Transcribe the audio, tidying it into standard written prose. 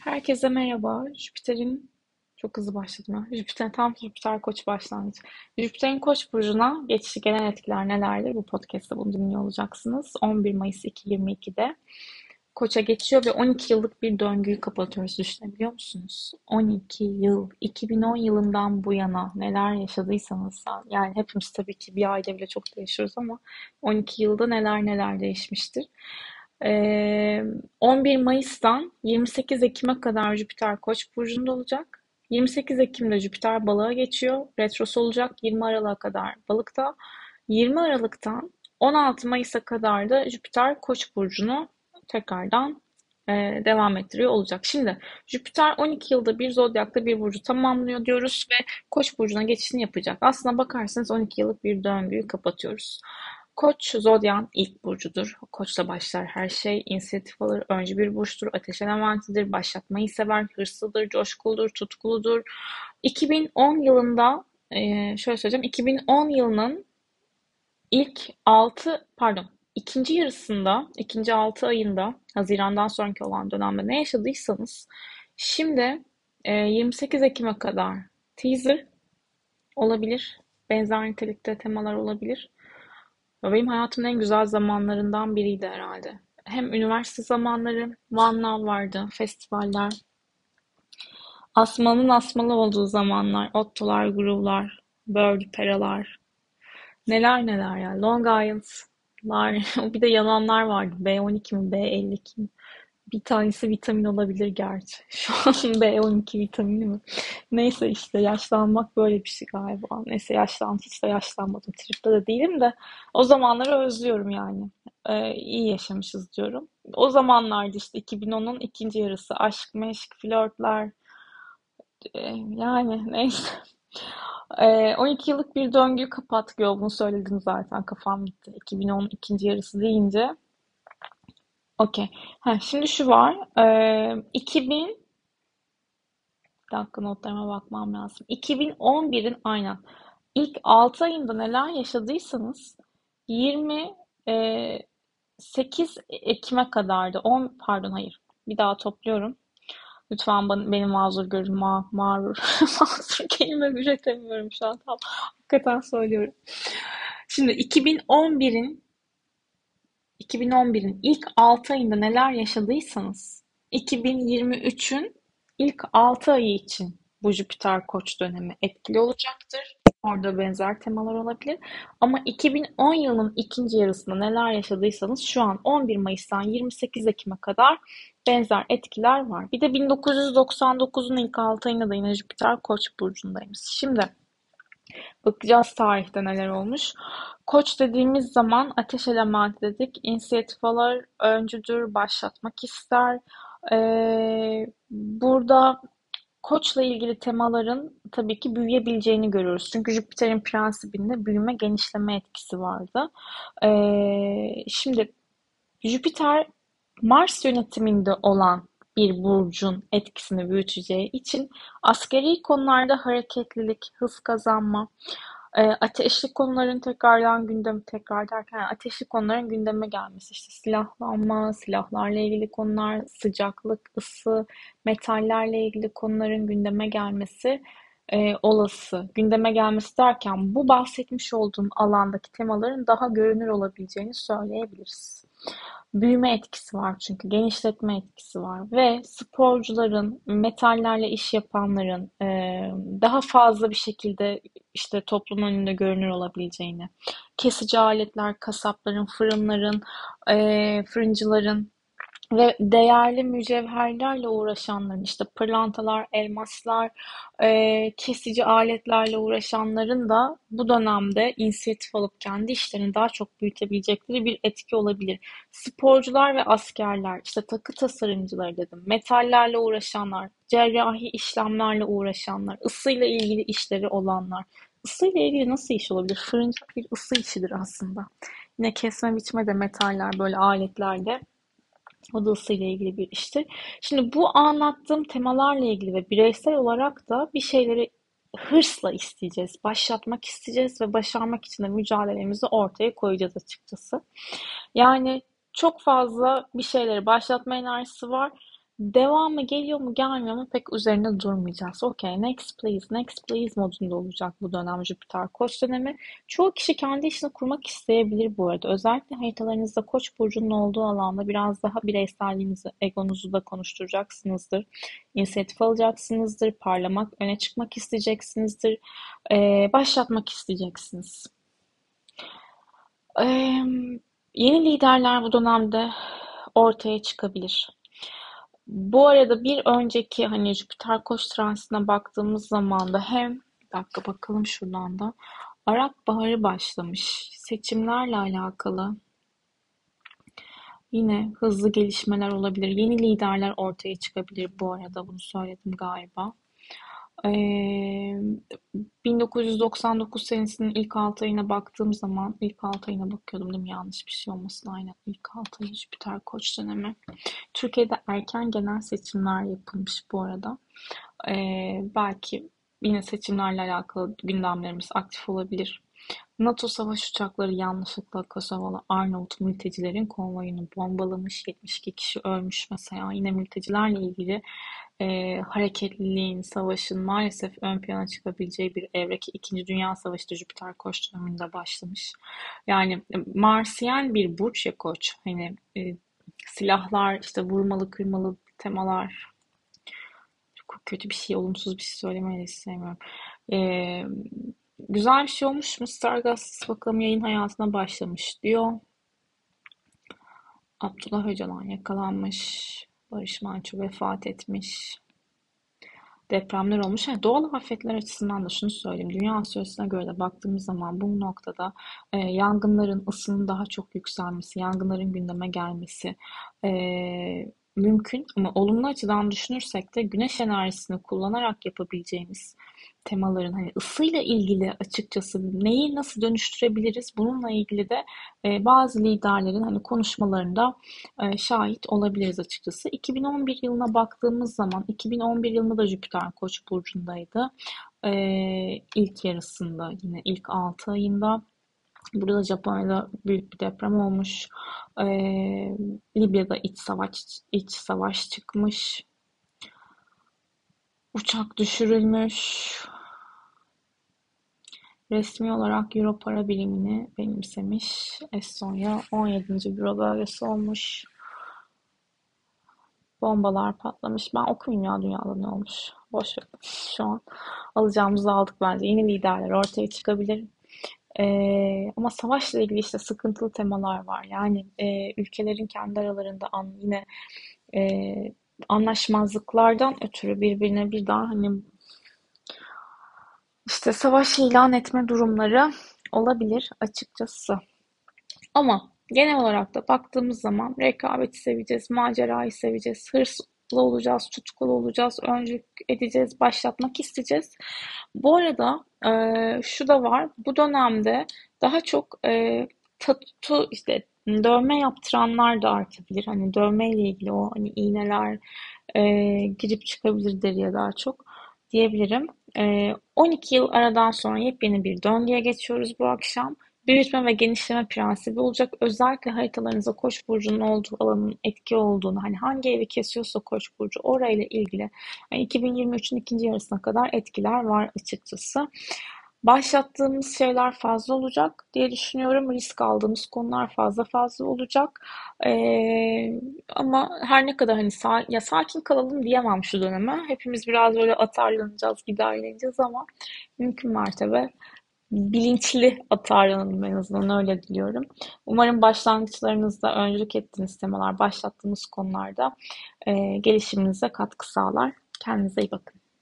Herkese merhaba. Jüpiter'in çok hızlı başladım ya. Jüpiter Koç başlangıç. Jüpiter'in Koç burcuna geçişi gelen etkiler nelerdir? Bu podcast'te bunu dinliyor olacaksınız. 11 Mayıs 2022'de Koç'a geçiyor ve 12 yıllık bir döngüyü kapatıyoruz. Düşünebiliyor musunuz? 12 yıl, 2010 yılından bu yana neler yaşadıysanız, yani hepimiz tabii ki bir ayda bile çok değişiyoruz ama 12 yılda neler neler değişmiştir. 11 Mayıs'tan 28 Ekim'e kadar Jüpiter Koç burcunda olacak. 28 Ekim'de Jüpiter Balığa geçiyor. Retrosu olacak 20 Aralık'a kadar Balık'ta. 20 Aralık'tan 16 Mayıs'a kadar da Jüpiter Koç burcunu tekrardan devam ettiriyor olacak. Şimdi Jüpiter 12 yılda bir zodyakta bir burcu tamamlıyor diyoruz ve Koç burcuna geçişini yapacak. Aslına bakarsanız 12 yıllık bir döngüyü kapatıyoruz. Koç zodyan ilk burcudur. Koçla başlar her şey. İnisiyatif alır. Öncü bir burçtur. Ateş elementidir. Başlatmayı sever. Hırslıdır. Coşkuludur. Tutkuludur. 2010 yılında şöyle söyleyeceğim. 2010 yılının ilk 6 pardon ikinci yarısında, ikinci 6 ayında, Haziran'dan sonraki olan dönemde ne yaşadıysanız şimdi 28 Ekim'e kadar teaser olabilir. Benzer nitelikte temalar olabilir. Benim hayatımın en güzel zamanlarından biriydi herhalde. Hem üniversite zamanları, One Love vardı, festivaller, asmanın asmalı olduğu zamanlar, Otto'lar, Groove'lar, Bird, Peralar, neler neler ya. Long Island'lar, bir de yananlar vardı. B12 mi, B52 mi? Bir tanesi vitamin olabilir gerçi. Şu an B12 vitamini mi? Neyse işte yaşlanmak böyle bir şey galiba. Neyse hiç de yaşlanmadım. Tripte de değilim de o zamanları özlüyorum yani. İyi yaşamışız diyorum. O zamanlardı işte 2010'un ikinci yarısı. Aşk, meşk, flörtler. Yani neyse. 12 yıllık bir döngüyü kapattık. Bunu söyledim zaten. Kafam gitti. 2010 ikinci yarısı deyince. Okey. Şimdi şu var. 2000 bir dakika notlarıma bakmam lazım. 2011'in aynen ilk 6 ayında neler yaşadıysanız 28 Ekim'e kadardı. 10 pardon hayır. Bir daha topluyorum. Lütfen beni mazur görün. Mağrur. Mazur kelime üretemiyorum şu an. Tamam. Hakikaten söylüyorum. Şimdi 2011'in ilk 6 ayında neler yaşadıysanız 2023'ün ilk 6 ayı için bu Jüpiter Koç dönemi etkili olacaktır. Orada benzer temalar olabilir. Ama 2010 yılının ikinci yarısında neler yaşadıysanız şu an 11 Mayıs'tan 28 Ekim'e kadar benzer etkiler var. Bir de 1999'un ilk 6 ayında da yine Jüpiter Koç burcundayız. Şimdi bakacağız tarihte neler olmuş. Koç dediğimiz zaman ateş elementi dedik. İnisiyatif alır, öncüdür, başlatmak ister. Burada Koç'la ilgili temaların tabii ki büyüyebileceğini görüyoruz. Çünkü Jüpiter'in prensibinde büyüme, genişleme etkisi vardı. Şimdi Jüpiter Mars yönetiminde olan bir burcun etkisini büyüteceği için askeri konularda hareketlilik, hız kazanma, ateşli konuların tekrar derken yani ateşli konuların gündeme gelmesi, işte silahlanma, silahlarla ilgili konular, sıcaklık, ısı, metallerle ilgili konuların gündeme gelmesi olası. Gündeme gelmesi derken bu bahsetmiş olduğum alandaki temaların daha görünür olabileceğini söyleyebiliriz. Büyüme etkisi var çünkü genişletme etkisi var ve sporcuların, metallerle iş yapanların daha fazla bir şekilde işte toplum önünde görünür olabileceğini, kesici aletler, kasapların, fırınların, fırıncıların ve değerli mücevherlerle uğraşanların, işte pırlantalar, elmaslar, kesici aletlerle uğraşanların da bu dönemde inisiyatif alıp kendi işlerini daha çok büyütebilecekleri bir etki olabilir. Sporcular ve askerler, işte takı tasarımcıları dedim, metallerle uğraşanlar, cerrahi işlemlerle uğraşanlar, ısıyla ilgili işleri olanlar. Isıyla ilgili nasıl iş olabilir? Fırıncılık bir ısı işidir aslında. Yine kesme biçme de metaller böyle aletlerde o da ısıyla ilgili bir iştir. Şimdi bu anlattığım temalarla ilgili ve bireysel olarak da bir şeyleri hırsla isteyeceğiz, başlatmak isteyeceğiz ve başarmak için de mücadelemizi ortaya koyacağız açıkçası. Yani çok fazla bir şeyleri başlatma enerjisi var. devamı geliyor mu gelmiyor mu pek üzerine durmayacağız. Okay, next please, next please modunda olacak bu dönem Jüpiter Koç dönemi. Çoğu kişi kendi işini kurmak isteyebilir bu arada. Özellikle haritalarınızda Koç burcunun olduğu alanda biraz daha bireyselliğinizi, egonuzu da konuşturacaksınızdır. İnisiyatif alacaksınızdır, parlamak, öne çıkmak isteyeceksinizdir, başlatmak isteyeceksiniz. Eee, Yeni liderler bu dönemde ortaya çıkabilir. Bu arada bir önceki hani Jüpiter Koç transitine baktığımız zaman da hem bir dakika bakalım şuradan da Arap Baharı başlamış. Seçimlerle alakalı yine hızlı gelişmeler olabilir. Yeni liderler ortaya çıkabilir bu arada bunu söyledim galiba. Ee, 1999 senesinin ilk 6 ayına baktığım zaman ilk 6 ayına bakıyordum değil mi? Yanlış bir şey olmasın. Aynen ilk 6 ayı Jüpiter Koç dönemi. Türkiye'de erken genel seçimler yapılmış bu arada. Belki yine seçimlerle alakalı gündemlerimiz aktif olabilir. NATO savaş uçakları yanlışlıkla Kosovalı Arnavut mültecilerin konvoyunu bombalamış. 72 kişi ölmüş mesela. Yine mültecilerle ilgili hareketliliğin, savaşın maalesef ön plana çıkabileceği bir evre ki İkinci Dünya Savaşı da Jüpiter Koç döneminde başlamış. Yani Marsiyen bir burç ya Koç. Hani silahlar, işte vurmalı, kırmalı temalar. Çok kötü bir şey, olumsuz bir şey söylemeyi de istemiyorum. Ee, Güzel bir şey olmuş mu? Stargaz bakalım yayın hayatına başlamış diyor. Abdullah Öcalan yakalanmış. Barış Manço vefat etmiş. Depremler olmuş. Yani doğal afetler açısından da şunu söyleyeyim. Dünya Astrolojisi'ne göre de baktığımız zaman bu noktada yangınların ısının daha çok yükselmesi, yangınların gündeme gelmesi mümkün. Ama olumlu açıdan düşünürsek de güneş enerjisini kullanarak yapabileceğimiz temaların hani ısıyla ilgili açıkçası neyi nasıl dönüştürebiliriz bununla ilgili de bazı liderlerin hani konuşmalarında şahit olabiliriz açıkçası. 2011 yılına baktığımız zaman 2011 yılında da Jüpiter Koç burcundaydı. İlk yarısında yine ilk 6 ayında. Burada Japonya'da büyük bir deprem olmuş. Libya'da iç savaş çıkmış. Uçak düşürülmüş. Resmi olarak Euro para birimini benimsemiş. Estonya 17. Büro bölgesi olmuş. Bombalar patlamış. Ben okuyayım ya dünyada ne olmuş. Boş ver. Şu an alacağımızı aldık bence. Yeni liderler ortaya çıkabilir. Ama savaşla ilgili işte sıkıntılı temalar var. Yani ülkelerin kendi aralarında yine e, anlaşmazlıklardan ötürü birbirine bir daha hani işte savaş ilan etme durumları olabilir açıkçası. Ama genel olarak da baktığımız zaman rekabeti seveceğiz, macerayı seveceğiz, hırslı olacağız, tutkulu olacağız, öncülük edeceğiz, başlatmak isteyeceğiz. Bu arada şu da var, bu dönemde daha çok tatu işte dövme yaptıranlar da artabilir. Hani dövme ile ilgili o hani iğneler girip çıkabilir deriye daha çok diyebilirim. 12 yıl aradan sonra yepyeni bir döngüye geçiyoruz bu akşam. Büyütme ve genişleme prensibi olacak. Özellikle haritalarınızda Koç burcunun olduğu alanın etki olduğunu, hani hangi evi kesiyorsa Koç burcu orayla ilgili yani 2023'ün ikinci yarısına kadar etkiler var açıkçası. Başlattığımız şeyler fazla olacak diye düşünüyorum. Risk aldığımız konular fazla fazla olacak. Ama her ne kadar hani ya sakin kalalım diyemem şu döneme. Hepimiz biraz böyle atarlanacağız, giderleneceğiz ama mümkün mertebe bilinçli atarlanalım en azından öyle diliyorum. Umarım başlangıçlarınızda öncülük ettiğiniz temalar, başlattığınız konularda gelişiminize katkı sağlar. Kendinize iyi bakın.